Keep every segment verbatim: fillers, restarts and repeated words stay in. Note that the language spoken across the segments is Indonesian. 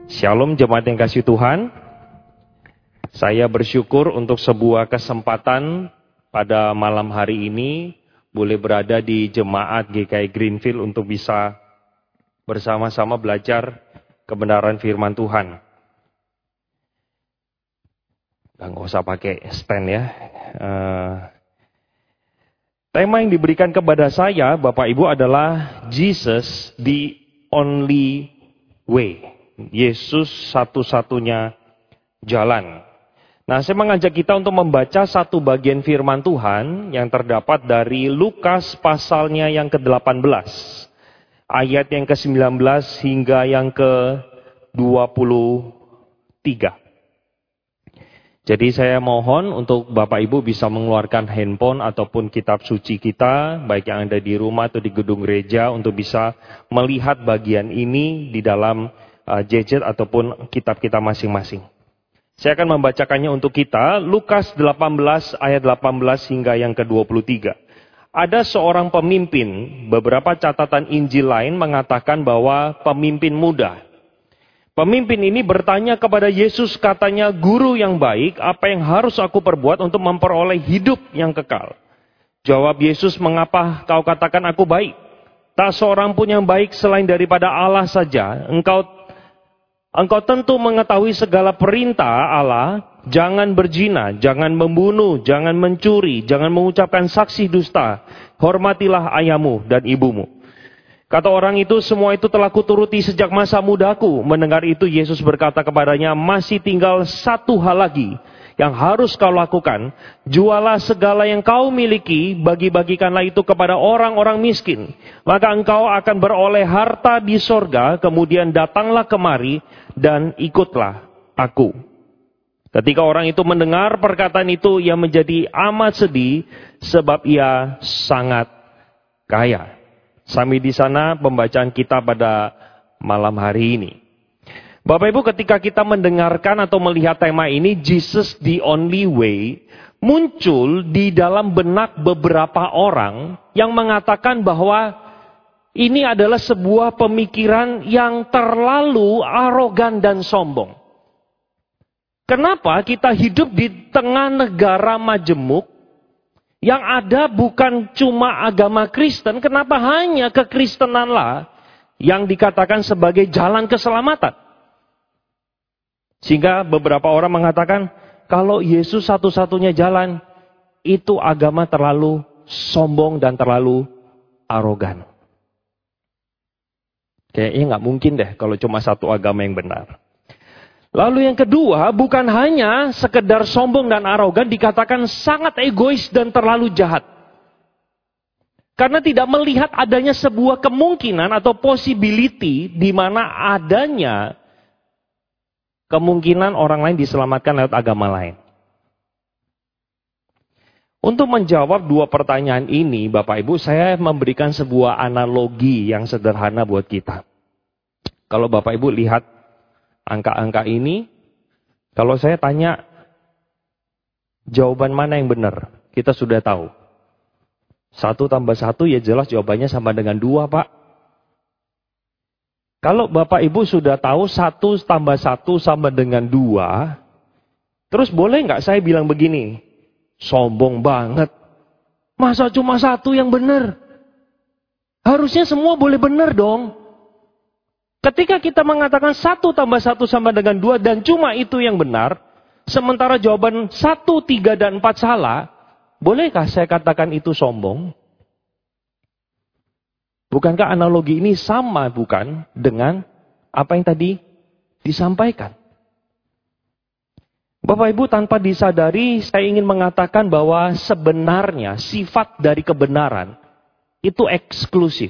Shalom jemaat yang kasih Tuhan. Saya bersyukur untuk sebuah kesempatan pada malam hari ini boleh berada di jemaat G K I Greenfield untuk bisa bersama-sama belajar kebenaran firman Tuhan. Nggak usah pakai stand ya. Uh, tema yang diberikan kepada saya, Bapak Ibu, adalah Jesus the only way. Yesus satu-satunya jalan. Nah, saya mengajak kita untuk membaca satu bagian firman Tuhan yang terdapat dari Lukas pasalnya yang ke delapan belas. Ayat yang ke sembilan belas hingga yang ke dua puluh tiga. Jadi saya mohon untuk Bapak Ibu bisa mengeluarkan handphone ataupun kitab suci kita, baik yang ada di rumah atau di gedung gereja, untuk bisa melihat bagian ini di dalam uh, gadget ataupun kitab kita masing-masing. Saya akan membacakannya untuk kita, Lukas delapan belas ayat delapan belas hingga yang ke dua puluh tiga. Ada seorang pemimpin, beberapa catatan Injil lain mengatakan bahwa pemimpin muda. Pemimpin ini bertanya kepada Yesus, katanya, "Guru yang baik, apa yang harus aku perbuat untuk memperoleh hidup yang kekal?" Jawab Yesus, "Mengapa kau katakan aku baik? Tak seorang pun yang baik selain daripada Allah saja. Engkau engkau tentu mengetahui segala perintah Allah, jangan berzina, jangan membunuh, jangan mencuri, jangan mengucapkan saksi dusta, hormatilah ayahmu dan ibumu." Kata orang itu, "Semua itu telah kuturuti sejak masa mudaku." Mendengar itu, Yesus berkata kepadanya, "Masih tinggal satu hal lagi yang harus kau lakukan. Jualah segala yang kau miliki, bagi-bagikanlah itu kepada orang-orang miskin. Maka engkau akan beroleh harta di sorga, kemudian datanglah kemari dan ikutlah aku." Ketika orang itu mendengar perkataan itu, ia menjadi amat sedih sebab ia sangat kaya. Sampai di sana pembacaan kita pada malam hari ini. Bapak Ibu, ketika kita mendengarkan atau melihat tema ini, Jesus the only way, muncul di dalam benak beberapa orang yang mengatakan bahwa ini adalah sebuah pemikiran yang terlalu arogan dan sombong. Kenapa kita hidup di tengah negara majemuk, yang ada bukan cuma agama Kristen, kenapa hanya kekristenanlah yang dikatakan sebagai jalan keselamatan? Sehingga beberapa orang mengatakan, kalau Yesus satu-satunya jalan, itu agama terlalu sombong dan terlalu arogan. Kayaknya nggak mungkin deh kalau cuma satu agama yang benar. Lalu yang kedua, bukan hanya sekedar sombong dan arogan, dikatakan sangat egois dan terlalu jahat. Karena tidak melihat adanya sebuah kemungkinan atau possibility di mana adanya kemungkinan orang lain diselamatkan lewat agama lain. Untuk menjawab dua pertanyaan ini, Bapak Ibu, saya memberikan sebuah analogi yang sederhana buat kita. Kalau Bapak Ibu lihat angka-angka ini, kalau saya tanya jawaban mana yang benar, kita sudah tahu. Satu tambah satu ya jelas jawabannya sama dengan dua, Pak. Kalau Bapak Ibu sudah tahu satu tambah satu sama dengan dua, terus boleh nggak saya bilang begini? Sombong banget. Masa cuma satu yang benar? Harusnya semua boleh benar dong. Ketika kita mengatakan satu tambah satu sama dengan dua dan cuma itu yang benar, sementara jawaban satu, tiga, dan empat salah, bolehkah saya katakan itu sombong? Bukankah analogi ini sama bukan dengan apa yang tadi disampaikan? Bapak Ibu, tanpa disadari saya ingin mengatakan bahwa sebenarnya sifat dari kebenaran itu eksklusif.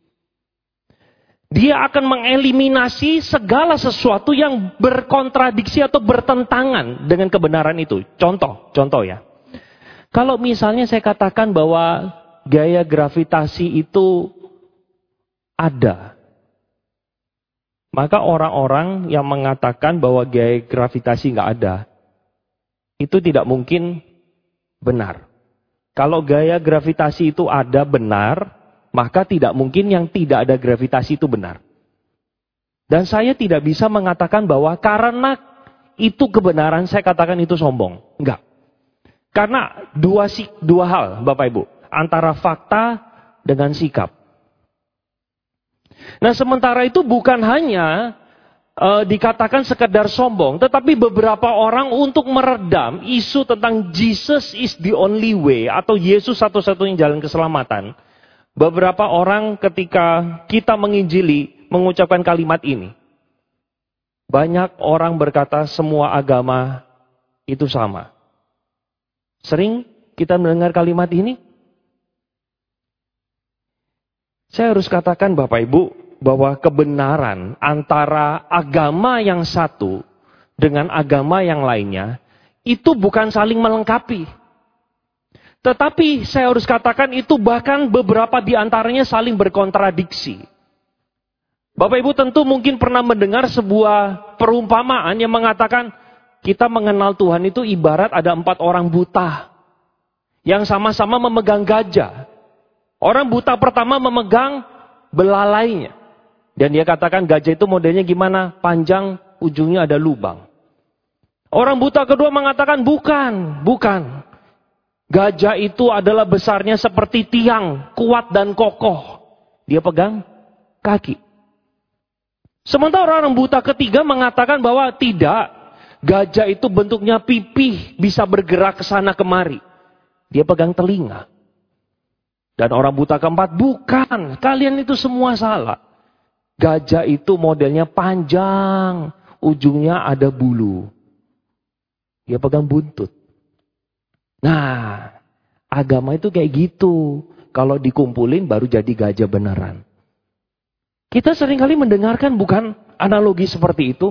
Dia akan mengeliminasi segala sesuatu yang berkontradiksi atau bertentangan dengan kebenaran itu. Contoh, contoh ya. Kalau misalnya saya katakan bahwa gaya gravitasi itu ada, maka orang-orang yang mengatakan bahwa gaya gravitasi nggak ada, itu tidak mungkin benar. Kalau gaya gravitasi itu ada benar, maka tidak mungkin yang tidak ada gravitasi itu benar. Dan saya tidak bisa mengatakan bahwa karena itu kebenaran, saya katakan itu sombong. Enggak. Karena dua, dua hal, Bapak Ibu. Antara fakta dengan sikap. Nah, sementara itu bukan hanya uh, dikatakan sekedar sombong, tetapi beberapa orang untuk meredam isu tentang Jesus is the only way, atau Yesus satu-satunya jalan keselamatan. Beberapa orang ketika kita menginjili, mengucapkan kalimat ini. Banyak orang berkata semua agama itu sama. Sering kita mendengar kalimat ini. Saya harus katakan Bapak Ibu, bahwa kebenaran antara agama yang satu dengan agama yang lainnya, itu bukan saling melengkapi. Tetapi saya harus katakan itu bahkan beberapa di antaranya saling berkontradiksi. Bapak Ibu tentu mungkin pernah mendengar sebuah perumpamaan yang mengatakan kita mengenal Tuhan itu ibarat ada empat orang buta yang sama-sama memegang gajah. Orang buta pertama memegang belalainya. Dan dia katakan gajah itu modelnya gimana? Panjang, ujungnya ada lubang. Orang buta kedua mengatakan bukan, bukan. Gajah itu adalah besarnya seperti tiang, kuat dan kokoh. Dia pegang kaki. Sementara orang buta ketiga mengatakan bahwa tidak, gajah itu bentuknya pipih, bisa bergerak ke sana kemari. Dia pegang telinga. Dan orang buta keempat, bukan, kalian itu semua salah. Gajah itu modelnya panjang, ujungnya ada bulu. Dia pegang buntut. Nah, agama itu kayak gitu. Kalau dikumpulin baru jadi gajah beneran. Kita seringkali mendengarkan bukan analogi seperti itu.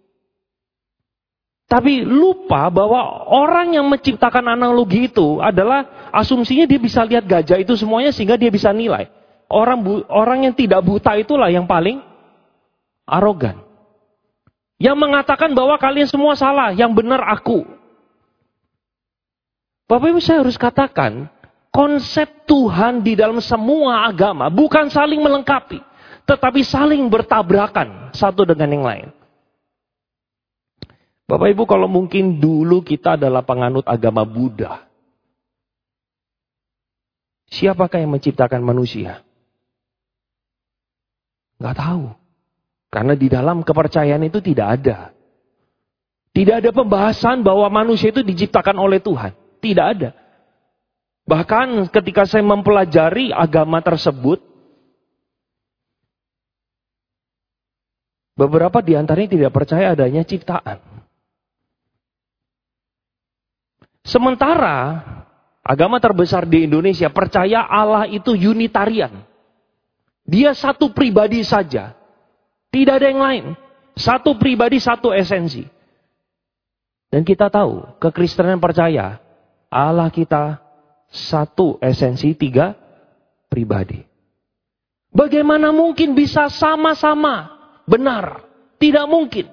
Tapi lupa bahwa orang yang menciptakan analogi itu adalah asumsinya dia bisa lihat gajah itu semuanya sehingga dia bisa nilai. Orang bu, orang yang tidak buta itulah yang paling arogan. Yang mengatakan bahwa kalian semua salah, yang benar aku. Bapak Ibu, saya harus katakan, konsep Tuhan di dalam semua agama bukan saling melengkapi, tetapi saling bertabrakan satu dengan yang lain. Bapak Ibu, kalau mungkin dulu kita adalah penganut agama Buddha, siapakah yang menciptakan manusia? Nggak tahu. Karena di dalam kepercayaan itu tidak ada. Tidak ada pembahasan bahwa manusia itu diciptakan oleh Tuhan. Tidak ada. Bahkan ketika saya mempelajari agama tersebut, beberapa di antaranya tidak percaya adanya ciptaan. Sementara agama terbesar di Indonesia percaya Allah itu unitarian. Dia satu pribadi saja. Tidak ada yang lain. Satu pribadi, satu esensi. Dan kita tahu, kekristenan percaya Allah kita satu esensi, tiga pribadi. Bagaimana mungkin bisa sama-sama benar? Tidak mungkin.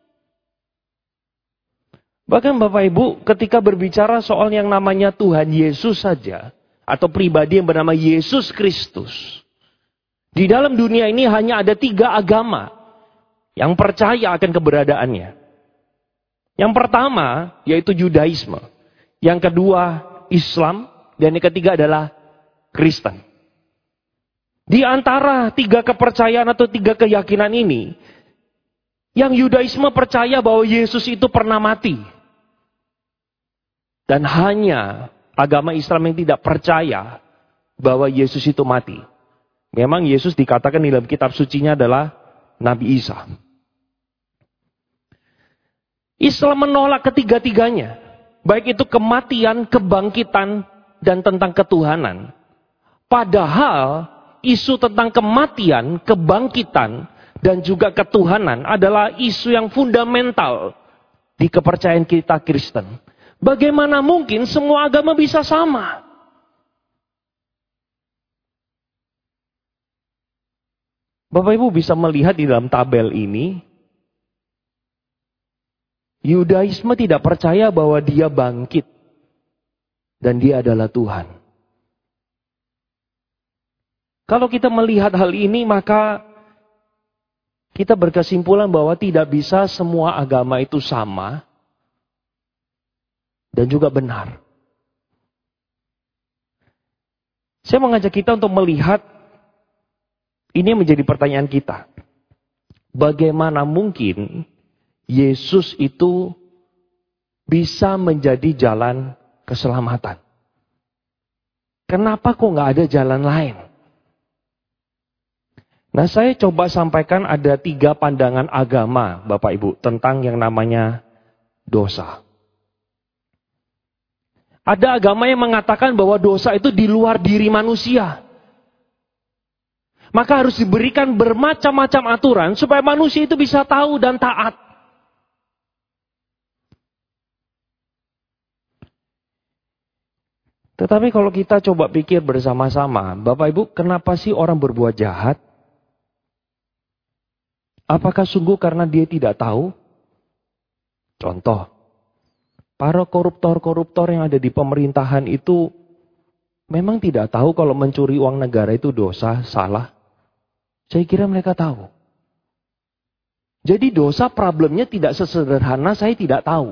Bahkan Bapak Ibu ketika berbicara soal yang namanya Tuhan Yesus saja, atau pribadi yang bernama Yesus Kristus. Di dalam dunia ini hanya ada tiga agama yang percaya akan keberadaannya. Yang pertama yaitu Yudaisme. Yang kedua Islam. Dan yang ketiga adalah Kristen. Di antara tiga kepercayaan atau tiga keyakinan ini, yang Yudaisme percaya bahwa Yesus itu pernah mati. Dan hanya agama Islam yang tidak percaya bahwa Yesus itu mati. Memang Yesus dikatakan di dalam kitab sucinya adalah Nabi Isa. Islam menolak ketiga-tiganya. Baik itu kematian, kebangkitan, dan tentang ketuhanan. Padahal isu tentang kematian, kebangkitan, dan juga ketuhanan adalah isu yang fundamental di kepercayaan kita Kristen. Bagaimana mungkin semua agama bisa sama? Bapak Ibu bisa melihat di dalam tabel ini, Yudaisme tidak percaya bahwa dia bangkit dan dia adalah Tuhan. Kalau kita melihat hal ini, maka kita berkesimpulan bahwa tidak bisa semua agama itu sama dan juga benar. Saya mengajak kita untuk melihat, ini menjadi pertanyaan kita. Bagaimana mungkin Yesus itu bisa menjadi jalan keselamatan? Kenapa kok nggak ada jalan lain? Nah, saya coba sampaikan ada tiga pandangan agama, Bapak Ibu, tentang yang namanya dosa. Ada agama yang mengatakan bahwa dosa itu di luar diri manusia. Maka harus diberikan bermacam-macam aturan supaya manusia itu bisa tahu dan taat. Tetapi kalau kita coba pikir bersama-sama, Bapak Ibu, kenapa sih orang berbuat jahat? Apakah sungguh karena dia tidak tahu? Contoh, para koruptor-koruptor yang ada di pemerintahan itu memang tidak tahu kalau mencuri uang negara itu dosa, salah. Saya kira mereka tahu. Jadi dosa problemnya tidak sesederhana saya tidak tahu.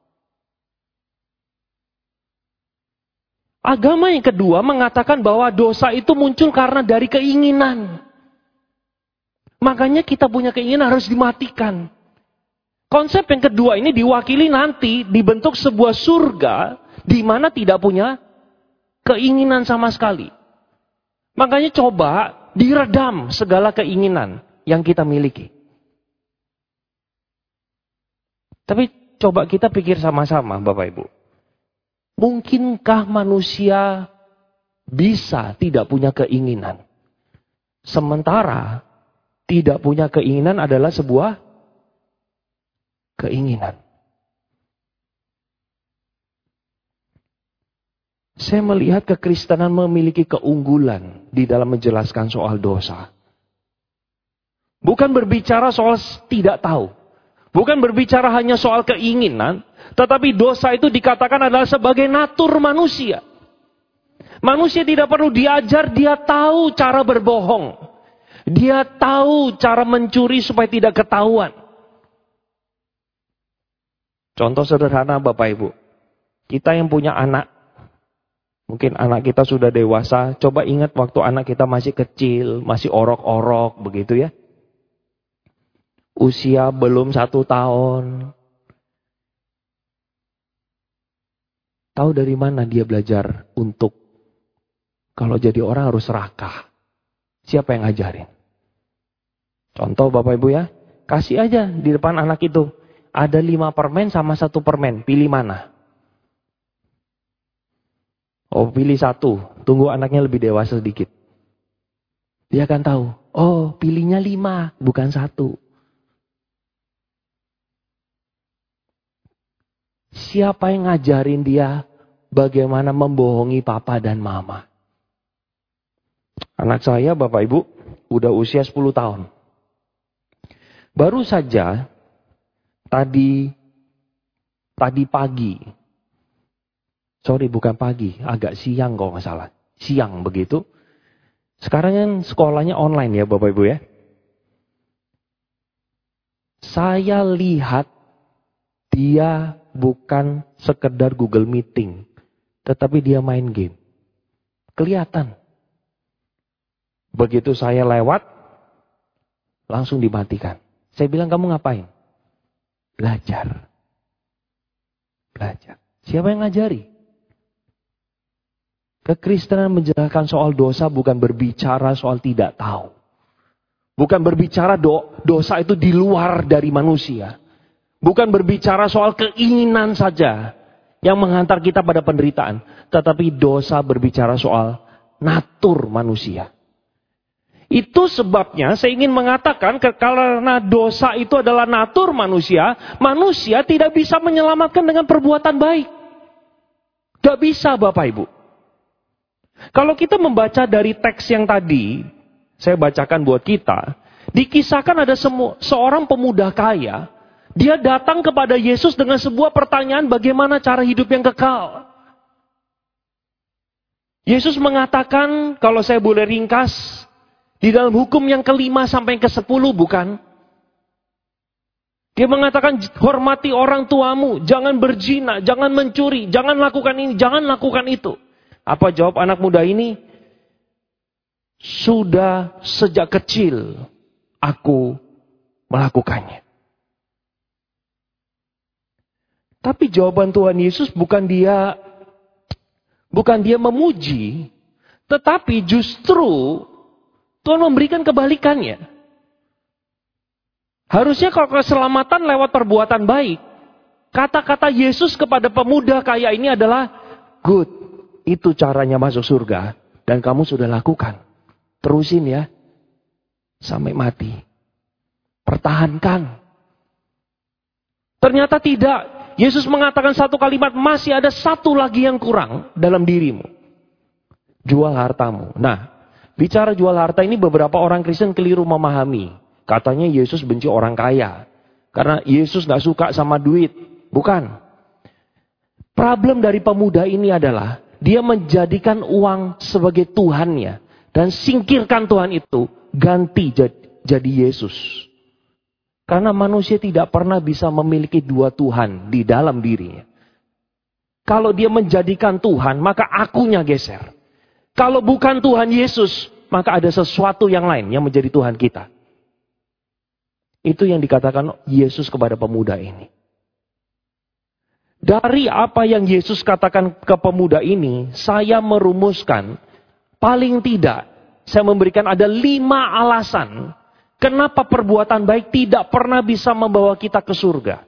Agama yang kedua mengatakan bahwa dosa itu muncul karena dari keinginan. Makanya kita punya keinginan harus dimatikan. Konsep yang kedua ini diwakili nanti dibentuk sebuah surga di mana tidak punya keinginan sama sekali. Makanya coba diredam segala keinginan yang kita miliki. Tapi coba kita pikir sama-sama, Bapak Ibu. Mungkinkah manusia bisa tidak punya keinginan? Sementara tidak punya keinginan adalah sebuah keinginan. Saya melihat kekristenan memiliki keunggulan di dalam menjelaskan soal dosa. Bukan berbicara soal tidak tahu. Bukan berbicara hanya soal keinginan. Tetapi dosa itu dikatakan adalah sebagai natur manusia. Manusia tidak perlu diajar, dia tahu cara berbohong. Dia tahu cara mencuri supaya tidak ketahuan. Contoh sederhana Bapak Ibu. Kita yang punya anak. Mungkin anak kita sudah dewasa. Coba ingat waktu anak kita masih kecil. Masih orok-orok begitu ya. Usia belum satu tahun. Tahu dari mana dia belajar untuk kalau jadi orang harus serakah. Siapa yang ngajarin? Contoh Bapak Ibu ya. Kasih aja di depan anak itu. Ada lima permen sama satu permen. Pilih mana? Oh pilih satu. Tunggu anaknya lebih dewasa sedikit. Dia akan tahu. Oh pilihnya lima. Bukan satu. Siapa yang ngajarin dia bagaimana membohongi papa dan mama? Anak saya, Bapak Ibu, udah usia sepuluh tahun. Baru saja tadi tadi pagi. Sorry, bukan pagi, agak siang kalau nggak salah. Siang begitu. Sekarang kan sekolahnya online ya, Bapak Ibu ya. Saya lihat dia bukan sekedar Google Meeting, tetapi dia main game. Kelihatan. Begitu saya lewat, langsung dimatikan. Saya bilang, kamu ngapain? Belajar. Belajar. Siapa yang ngajari? Kekristenan menjelaskan soal dosa bukan berbicara soal tidak tahu. Bukan berbicara do, dosa itu di luar dari manusia. Bukan berbicara soal keinginan saja yang menghantar kita pada penderitaan. Tetapi dosa berbicara soal natur manusia. Itu sebabnya saya ingin mengatakan karena dosa itu adalah natur manusia, manusia tidak bisa menyelamatkan dengan perbuatan baik. Gak bisa Bapak Ibu. Kalau kita membaca dari teks yang tadi, saya bacakan buat kita, dikisahkan ada semu, seorang pemuda kaya, dia datang kepada Yesus dengan sebuah pertanyaan bagaimana cara hidup yang kekal. Yesus mengatakan, kalau saya boleh ringkas, di dalam hukum yang kelima sampai yang ke sepuluh bukan. Dia mengatakan, hormati orang tuamu, jangan berzina, jangan mencuri, jangan lakukan ini, jangan lakukan itu. Apa jawab anak muda ini? Sudah sejak kecil aku melakukannya. Tapi jawaban Tuhan Yesus bukan dia bukan dia memuji, tetapi justru Tuhan memberikan kebalikannya. Harusnya kalau keselamatan lewat perbuatan baik, kata-kata Yesus kepada pemuda kaya ini adalah, good, itu caranya masuk surga, dan kamu sudah lakukan. Terusin ya, sampai mati. Pertahankan. Ternyata tidak. Yesus mengatakan satu kalimat, masih ada satu lagi yang kurang dalam dirimu. Jual hartamu. Nah, bicara jual harta ini beberapa orang Kristen keliru memahami. Katanya Yesus benci orang kaya. Karena Yesus gak suka sama duit. Bukan. Problem dari pemuda ini adalah, dia menjadikan uang sebagai Tuhannya. Dan singkirkan Tuhan itu, ganti jadi Yesus. Karena manusia tidak pernah bisa memiliki dua Tuhan di dalam dirinya. Kalau dia menjadikan Tuhan, maka akunya geser. Kalau bukan Tuhan Yesus, maka ada sesuatu yang lain yang menjadi Tuhan kita. Itu yang dikatakan Yesus kepada pemuda ini. Dari apa yang Yesus katakan ke pemuda ini, saya merumuskan, paling tidak, saya memberikan ada lima alasan kenapa perbuatan baik tidak pernah bisa membawa kita ke surga.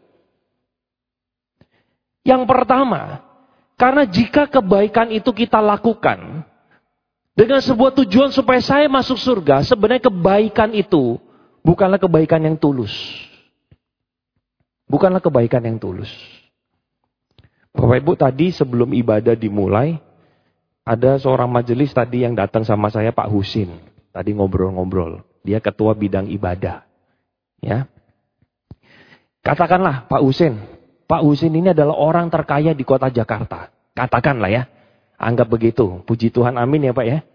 Yang pertama, karena jika kebaikan itu kita lakukan dengan sebuah tujuan supaya saya masuk surga, sebenarnya kebaikan itu bukanlah kebaikan yang tulus. Bukanlah kebaikan yang tulus. Bapak Ibu, tadi sebelum ibadah dimulai, ada seorang majelis tadi yang datang sama saya, Pak Husin. Tadi ngobrol-ngobrol. Dia ketua bidang ibadah. Ya. Katakanlah Pak Husin. Pak Husin ini adalah orang terkaya di kota Jakarta. Katakanlah ya. Anggap begitu. Puji Tuhan, amin ya Pak ya.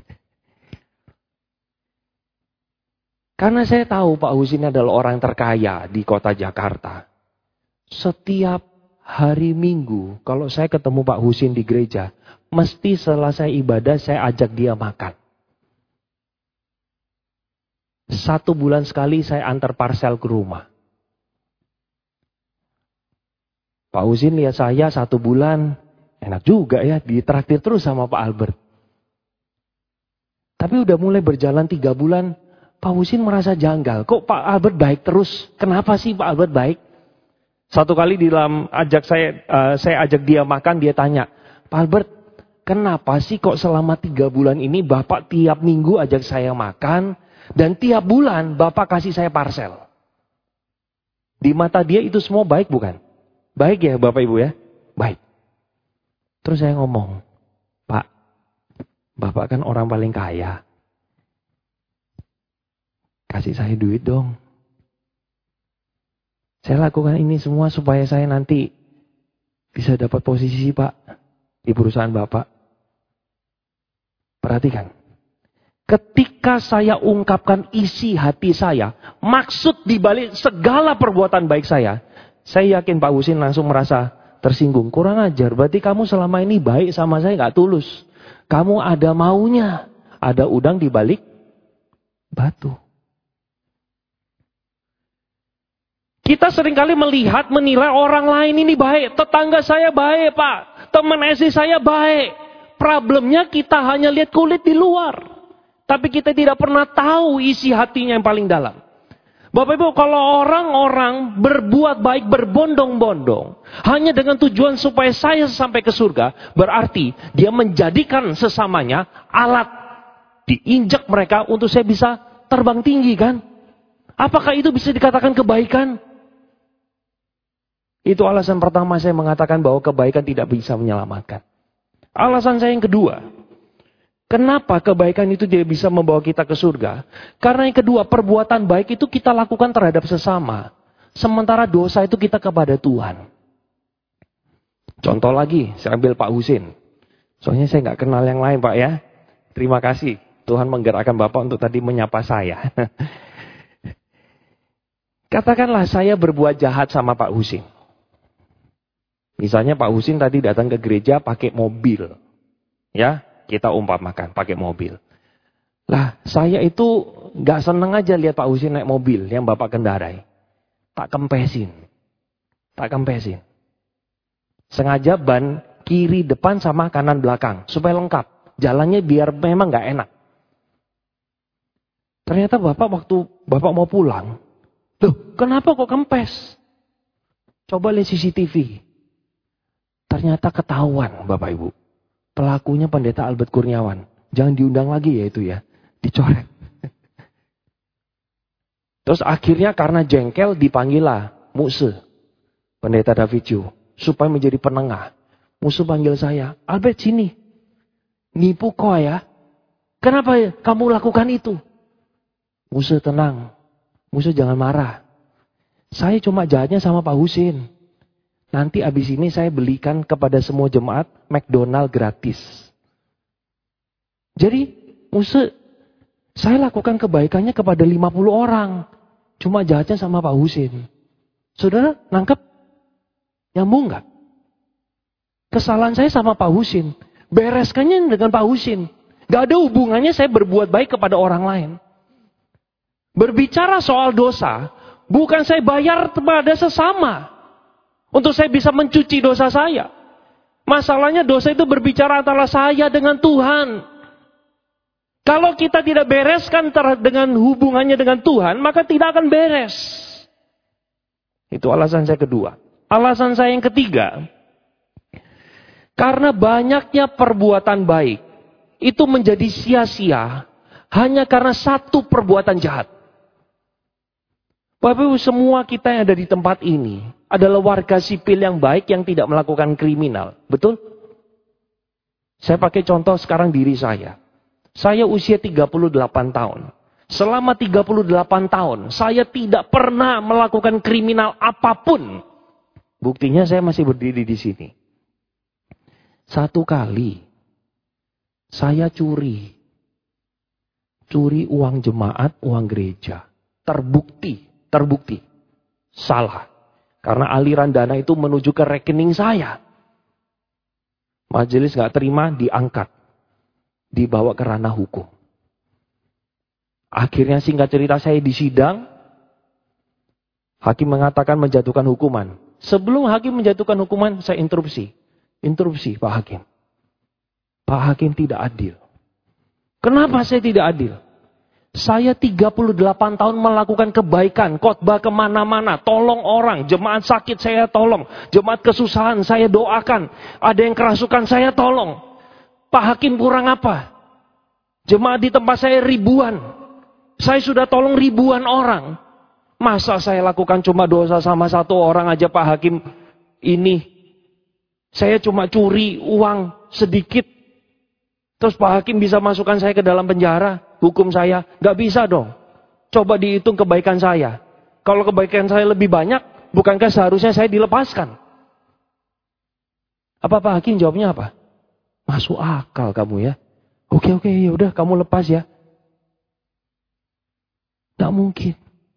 Karena saya tahu Pak Husin adalah orang terkaya di kota Jakarta. Setiap hari Minggu, kalau saya ketemu Pak Husin di gereja, mesti selesai ibadah saya ajak dia makan. Satu bulan sekali saya antar parsel ke rumah. Pak Husin lihat saya satu bulan, enak juga ya, ditraktir terus sama Pak Albert. Tapi udah mulai berjalan tiga bulan, Pak Husin merasa janggal. Kok Pak Albert baik terus? Kenapa sih Pak Albert baik? Satu kali di dalam ajak saya, uh, saya ajak dia makan, dia tanya, Pak Albert, kenapa sih kok selama tiga bulan ini Bapak tiap minggu ajak saya makan, dan tiap bulan Bapak kasih saya parsel? Di mata dia itu semua baik bukan? Baik ya Bapak Ibu ya? Baik. Terus saya ngomong, Pak, Bapak kan orang paling kaya. Kasih saya duit dong. Saya lakukan ini semua supaya saya nanti bisa dapat posisi Pak di perusahaan Bapak. Perhatikan. Ketika saya ungkapkan isi hati saya, maksud dibalik segala perbuatan baik saya, saya yakin Pak Husin langsung merasa tersinggung. Kurang ajar, berarti kamu selama ini baik sama saya gak tulus. Kamu ada maunya, ada udang di balik batu. Kita seringkali melihat, menilai orang lain ini baik. Tetangga saya baik Pak, teman S D saya baik. Problemnya kita hanya lihat kulit di luar. Tapi kita tidak pernah tahu isi hatinya yang paling dalam. Bapak Ibu, kalau orang-orang berbuat baik berbondong-bondong, hanya dengan tujuan supaya saya sampai ke surga, berarti dia menjadikan sesamanya alat diinjak mereka untuk saya bisa terbang tinggi kan? Apakah itu bisa dikatakan kebaikan? Itu alasan pertama saya mengatakan bahwa kebaikan tidak bisa menyelamatkan. Alasan saya yang kedua, kenapa kebaikan itu tidak bisa membawa kita ke surga? Karena yang kedua, perbuatan baik itu kita lakukan terhadap sesama. Sementara dosa itu kita kepada Tuhan. Contoh lagi, saya ambil Pak Husin. Soalnya saya nggak kenal yang lain Pak ya. Terima kasih, Tuhan menggerakkan Bapak untuk tadi menyapa saya. Katakanlah saya berbuat jahat sama Pak Husin. Misalnya Pak Husin tadi datang ke gereja pakai mobil. Ya, kita umpamakan pakai mobil. Lah, saya itu gak seneng aja lihat Pak Husin naik mobil yang Bapak kendarai. Tak kempesin. Tak kempesin. Sengaja ban kiri depan sama kanan belakang. Supaya lengkap. Jalannya biar memang gak enak. Ternyata Bapak waktu Bapak mau pulang. Loh, kenapa kok kempes? Coba lihat C C T V. Ternyata ketahuan Bapak Ibu. Pelakunya pendeta Albert Kurniawan. Jangan diundang lagi ya itu ya. Dicoret. Terus akhirnya karena jengkel dipanggillah Muse. Pendeta David Yu. Supaya menjadi penengah. Muse panggil saya. Albert sini. Nipu kau ya. Kenapa ya kamu lakukan itu? Muse tenang. Muse jangan marah. Saya cuma jahatnya sama Pak Husin. Nanti abis ini saya belikan kepada semua jemaat McDonald gratis. Jadi, Muse, saya lakukan kebaikannya kepada lima puluh orang. Cuma jahatnya sama Pak Husin. Saudara, nangkep? Nyambung gak? Kesalahan saya sama Pak Husin. Bereskannya dengan Pak Husin. Gak ada hubungannya saya berbuat baik kepada orang lain. Berbicara soal dosa, bukan saya bayar kepada sesama. Untuk saya bisa mencuci dosa saya. Masalahnya dosa itu berbicara antara saya dengan Tuhan. Kalau kita tidak bereskan dengan hubungannya dengan Tuhan, maka tidak akan beres. Itu alasan saya kedua. Alasan saya yang ketiga, karena banyaknya perbuatan baik, itu menjadi sia-sia hanya karena satu perbuatan jahat. Bapak Ibu, semua kita yang ada di tempat ini adalah warga sipil yang baik yang tidak melakukan kriminal. Betul? Saya pakai contoh sekarang diri saya. Saya usia tiga puluh delapan tahun. Selama tiga puluh delapan tahun, saya tidak pernah melakukan kriminal apapun. Buktinya saya masih berdiri di sini. Satu kali, saya curi. Curi uang jemaat, uang gereja. Terbukti. Terbukti. Salah. Karena aliran dana itu menuju ke rekening saya. Majelis gak terima, diangkat. Dibawa ke ranah hukum. Akhirnya singkat cerita saya di sidang. Hakim mengatakan menjatuhkan hukuman. Sebelum hakim menjatuhkan hukuman, saya interupsi. Interupsi Pak Hakim. Pak Hakim tidak adil. Kenapa saya tidak adil? Saya tiga puluh delapan tahun melakukan kebaikan, khotbah kemana-mana, tolong orang, jemaat sakit saya tolong, jemaat kesusahan saya doakan, ada yang kerasukan saya tolong. Pak Hakim kurang apa? Jemaat di tempat saya ribuan, saya sudah tolong ribuan orang. Masa saya lakukan cuma dosa sama satu orang aja Pak Hakim ini? Saya cuma curi uang sedikit, terus Pak Hakim bisa masukkan saya ke dalam penjara? Hukum saya, gak bisa dong. Coba dihitung kebaikan saya. Kalau kebaikan saya lebih banyak, bukankah seharusnya saya dilepaskan? Apa Pak Hakim jawabnya apa? Masuk akal kamu ya. Oke oke ya udah kamu lepas ya. Gak mungkin.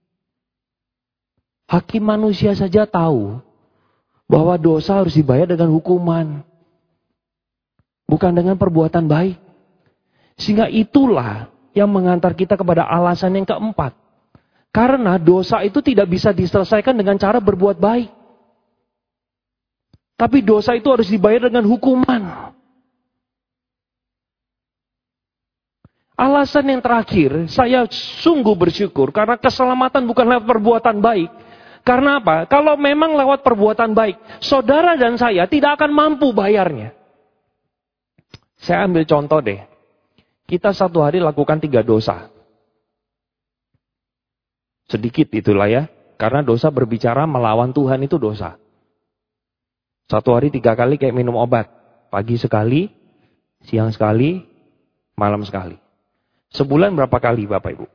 Hakim manusia saja tahu bahwa dosa harus dibayar dengan hukuman. Bukan dengan perbuatan baik. Sehingga itulah yang mengantar kita kepada alasan yang keempat. Karena dosa itu tidak bisa diselesaikan dengan cara berbuat baik. Tapi dosa itu harus dibayar dengan hukuman. Alasan yang terakhir, saya sungguh bersyukur karena keselamatan bukan lewat perbuatan baik. Karena apa? Kalau memang lewat perbuatan baik, saudara dan saya tidak akan mampu bayarnya. Saya ambil contoh deh. Kita satu hari lakukan tiga dosa. Sedikit itulah ya. Karena dosa berbicara melawan Tuhan itu dosa. Satu hari tiga kali kayak minum obat. Pagi sekali, siang sekali, malam sekali. Sebulan berapa kali Bapak Ibu?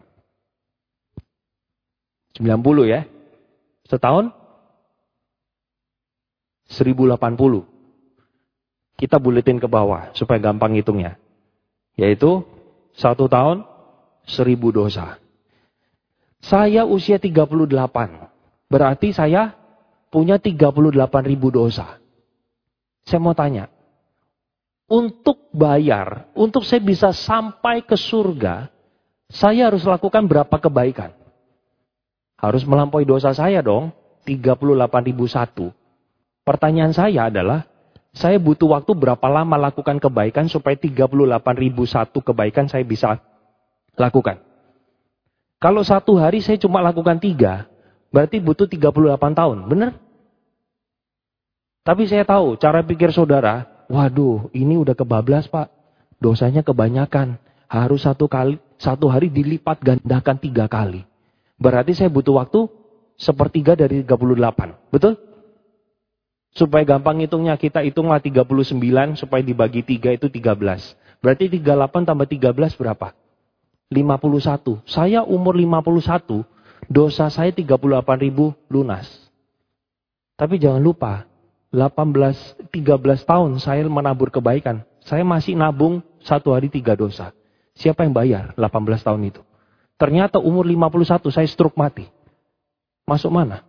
sembilan puluh ya. Setahun? seribu delapan puluh. Kita buletin ke bawah supaya gampang hitungnya. Yaitu satu tahun seribu dosa. Saya usia tiga puluh delapan. Berarti saya punya tiga puluh delapan ribu dosa. Saya mau tanya. Untuk bayar, untuk saya bisa sampai ke surga, saya harus lakukan berapa kebaikan? Harus melampaui dosa saya dong, tiga puluh delapan ribu satu. Pertanyaan saya adalah, saya butuh waktu berapa lama lakukan kebaikan supaya tiga puluh delapan ribu satu kebaikan saya bisa lakukan? Kalau satu hari saya cuma lakukan tiga, berarti butuh tiga puluh delapan tahun, benar? Tapi saya tahu, cara pikir saudara, waduh, ini udah kebablas Pak. Dosanya kebanyakan. Harus satu kali, satu hari dilipat gandakan tiga kali. Berarti saya butuh waktu sepertiga dari tiga puluh delapan. Betul? Supaya gampang hitungnya, kita hitunglah tiga puluh sembilan, supaya dibagi tiga itu tiga belas. Berarti tiga puluh delapan tambah tiga belas berapa? lima puluh satu. Saya umur lima puluh satu, dosa saya tiga puluh delapan ribu lunas. Tapi jangan lupa, delapan belas, tiga belas tahun saya menabur kebaikan. Saya masih nabung satu hari tiga dosa. Siapa yang bayar delapan belas tahun itu? Ternyata umur lima puluh satu saya stroke mati. Masuk mana?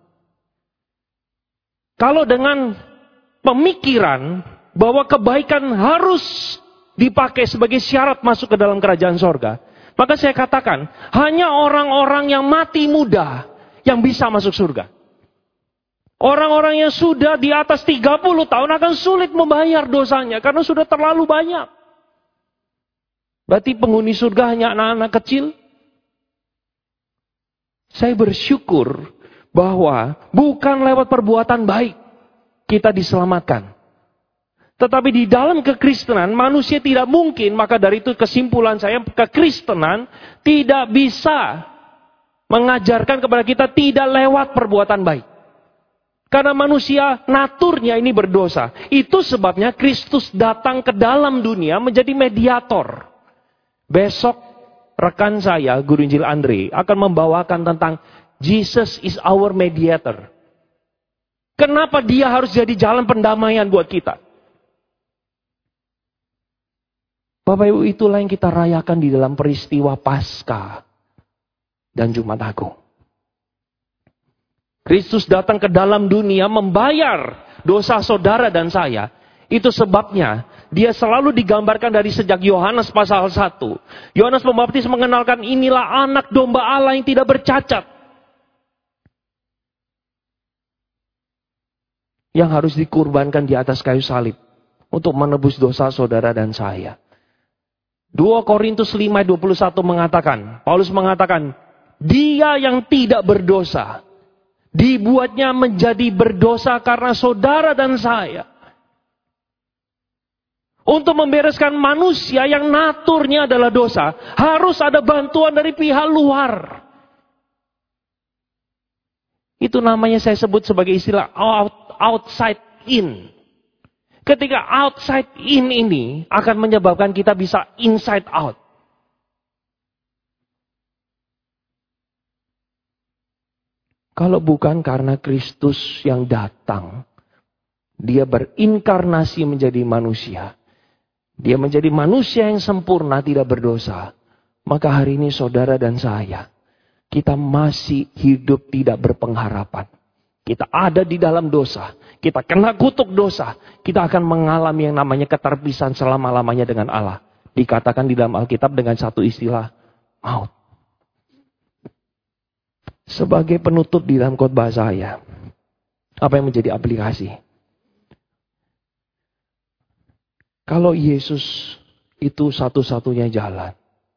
Kalau dengan pemikiran bahwa kebaikan harus dipakai sebagai syarat masuk ke dalam kerajaan sorga, maka saya katakan, hanya orang-orang yang mati muda yang bisa masuk surga. Orang-orang yang sudah di atas tiga puluh tahun akan sulit membayar dosanya karena sudah terlalu banyak. Berarti penghuni surga hanya anak-anak kecil. Saya bersyukur bahwa bukan lewat perbuatan baik kita diselamatkan. Tetapi di dalam kekristenan manusia tidak mungkin, maka dari itu kesimpulan saya, kekristenan tidak bisa mengajarkan kepada kita tidak lewat perbuatan baik. Karena manusia naturnya ini berdosa. Itu sebabnya Kristus datang ke dalam dunia menjadi mediator. Besok rekan saya, Guru Injil Andre, akan membawakan tentang Jesus is our mediator. Kenapa dia harus jadi jalan pendamaian buat kita? Bapak Ibu, itulah yang kita rayakan di dalam peristiwa Paskah dan Jumat Agung. Kristus datang ke dalam dunia membayar dosa saudara dan saya. Itu sebabnya dia selalu digambarkan dari sejak Yohanes pasal satu. Yohanes Pembaptis mengenalkan inilah anak domba Allah yang tidak bercacat. Yang harus dikurbankan di atas kayu salib untuk menebus dosa saudara dan saya. dua Korintus lima ayat dua puluh satu mengatakan, Paulus mengatakan, dia yang tidak berdosa dibuatnya menjadi berdosa karena saudara dan saya. Untuk membereskan manusia yang naturnya adalah dosa, harus ada bantuan dari pihak luar. Itu namanya saya sebut sebagai istilah out, outside in. Ketika outside in ini akan menyebabkan kita bisa inside out. Kalau bukan karena Kristus yang datang, dia berinkarnasi menjadi manusia. Dia menjadi manusia yang sempurna, tidak berdosa. Maka hari ini saudara dan saya, kita masih hidup tidak berpengharapan. Kita ada di dalam dosa. Kita kena kutuk dosa. Kita akan mengalami yang namanya keterpisahan selama-lamanya dengan Allah. Dikatakan di dalam Alkitab dengan satu istilah, maut. Sebagai penutup di dalam khotbah saya, apa yang menjadi aplikasi? Kalau Yesus itu satu-satunya jalan,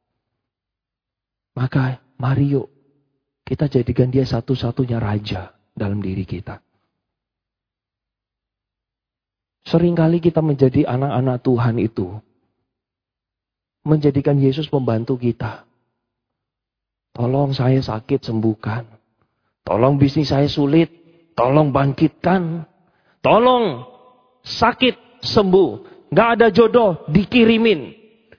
maka mari yuk kita jadikan dia satu-satunya raja dalam diri kita. Seringkali kita menjadi anak-anak Tuhan itu menjadikan Yesus pembantu kita. Tolong saya sakit, sembuhkan. Tolong bisnis saya sulit, tolong bangkitkan. Tolong sakit, sembuh. Gak ada jodoh, dikirimin.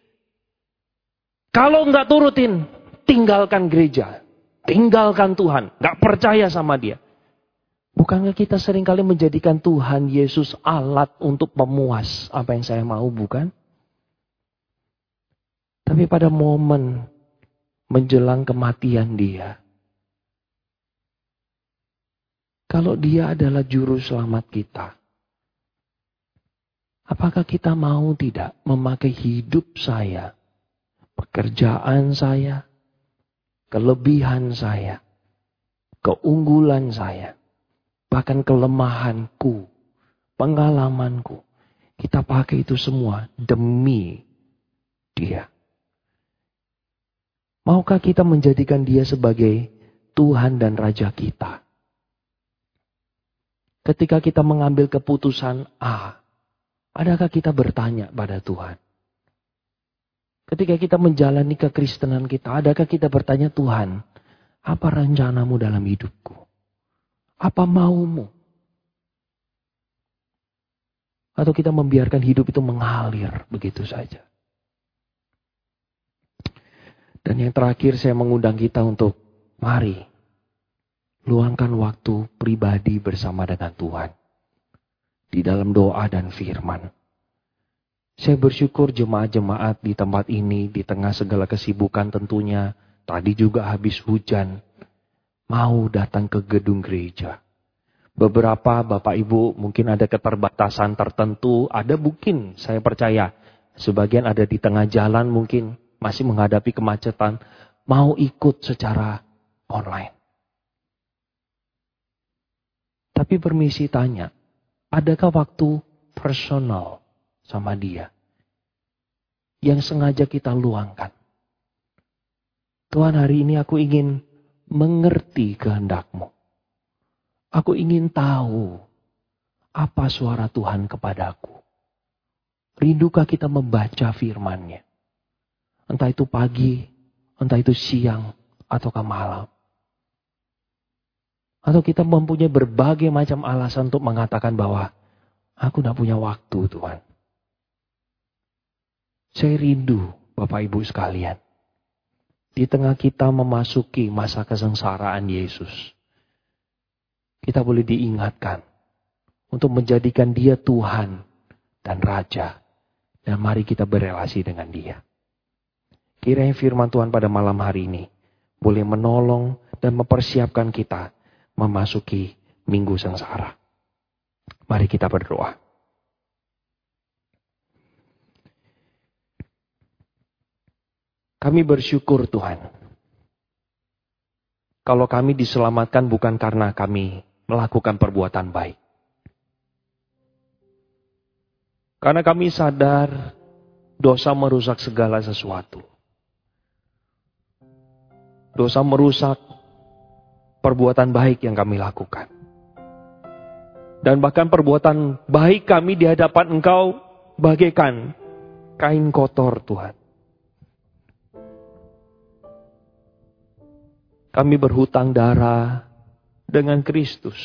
Kalau gak turutin, tinggalkan gereja. Tinggalkan Tuhan. Gak percaya sama dia. Bukankah kita seringkali menjadikan Tuhan Yesus alat untuk memuas apa yang saya mau, bukan? Tapi pada momen menjelang kematian dia, Kalau dia adalah juru selamat kita, apakah kita mau tidak memakai hidup saya, pekerjaan saya, kelebihan saya, keunggulan saya, bahkan kelemahanku, pengalamanku, kita pakai itu semua demi dia. Maukah kita menjadikan dia sebagai Tuhan dan Raja kita? Ketika kita mengambil keputusan A, adakah kita bertanya pada Tuhan? Ketika kita menjalani kekristenan kita, adakah kita bertanya, Tuhan, apa rencanamu dalam hidupku? Apa maumu? Atau kita membiarkan hidup itu mengalir begitu saja? Dan yang terakhir saya mengundang kita untuk mari luangkan waktu pribadi bersama dengan Tuhan. Di dalam doa dan firman. Saya bersyukur jemaat-jemaat di tempat ini, di tengah segala kesibukan tentunya, tadi juga habis hujan, mau datang ke gedung gereja. Beberapa Bapak Ibu mungkin ada keterbatasan tertentu, ada mungkin saya percaya, sebagian ada di tengah jalan mungkin masih menghadapi kemacetan, mau ikut secara online. Tapi permisi tanya, adakah waktu personal sama dia yang sengaja kita luangkan? Tuhan, hari ini aku ingin mengerti kehendak-Mu. Aku ingin tahu apa suara Tuhan kepadaku. Rindukah kita membaca firman-Nya? Entah itu pagi, entah itu siang, ataukah malam. Atau kita mempunyai berbagai macam alasan untuk mengatakan bahwa aku tidak punya waktu, Tuhan. Saya rindu, Bapak Ibu sekalian. Di tengah kita memasuki masa kesengsaraan Yesus, kita boleh diingatkan untuk menjadikan Dia Tuhan dan Raja. Dan mari kita berelasi dengan Dia. Kiranya firman Tuhan pada malam hari ini boleh menolong dan mempersiapkan kita memasuki minggu sengsara. Mari kita berdoa. Kami bersyukur Tuhan. Kalau kami diselamatkan bukan karena kami melakukan perbuatan baik. Karena kami sadar dosa merusak segala sesuatu. Dosa merusak perbuatan baik yang kami lakukan. Dan bahkan perbuatan baik kami di hadapan Engkau bagaikan kain kotor Tuhan. Kami berhutang darah dengan Kristus.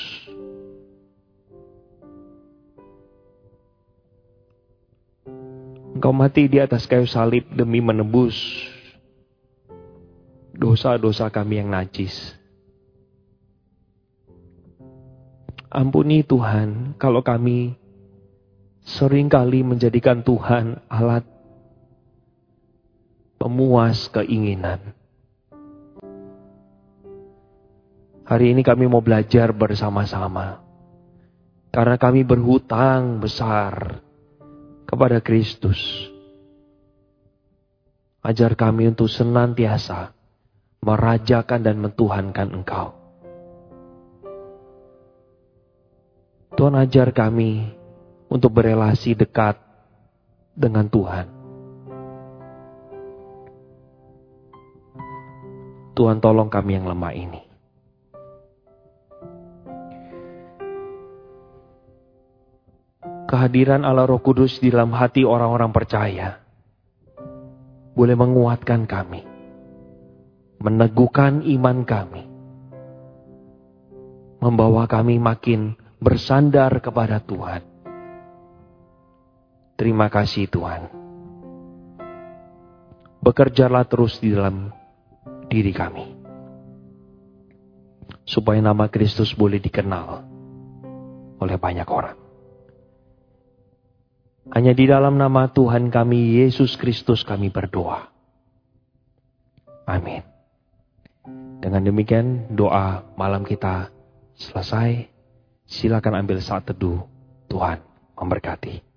Engkau mati di atas kayu salib demi menebus dosa-dosa kami yang najis. Ampuni Tuhan kalau kami seringkali menjadikan Tuhan alat pemuas keinginan. Hari ini kami mau belajar bersama-sama. Karena kami berhutang besar kepada Kristus. Ajar kami untuk senantiasa merajakan dan mentuhankan Engkau. Tuhan, ajar kami untuk berelasi dekat dengan Tuhan. Tuhan, tolong kami yang lemah ini. Kehadiran Allah Roh Kudus di dalam hati orang-orang percaya boleh menguatkan kami, meneguhkan iman kami, membawa kami makin bersandar kepada Tuhan. Terima kasih Tuhan. Bekerjalah terus di dalam diri kami, supaya nama Kristus boleh dikenal oleh banyak orang. Hanya di dalam nama Tuhan kami, Yesus Kristus, kami berdoa. Amin. Dengan demikian doa malam kita selesai. Silakan ambil saat teduh. Tuhan memberkati.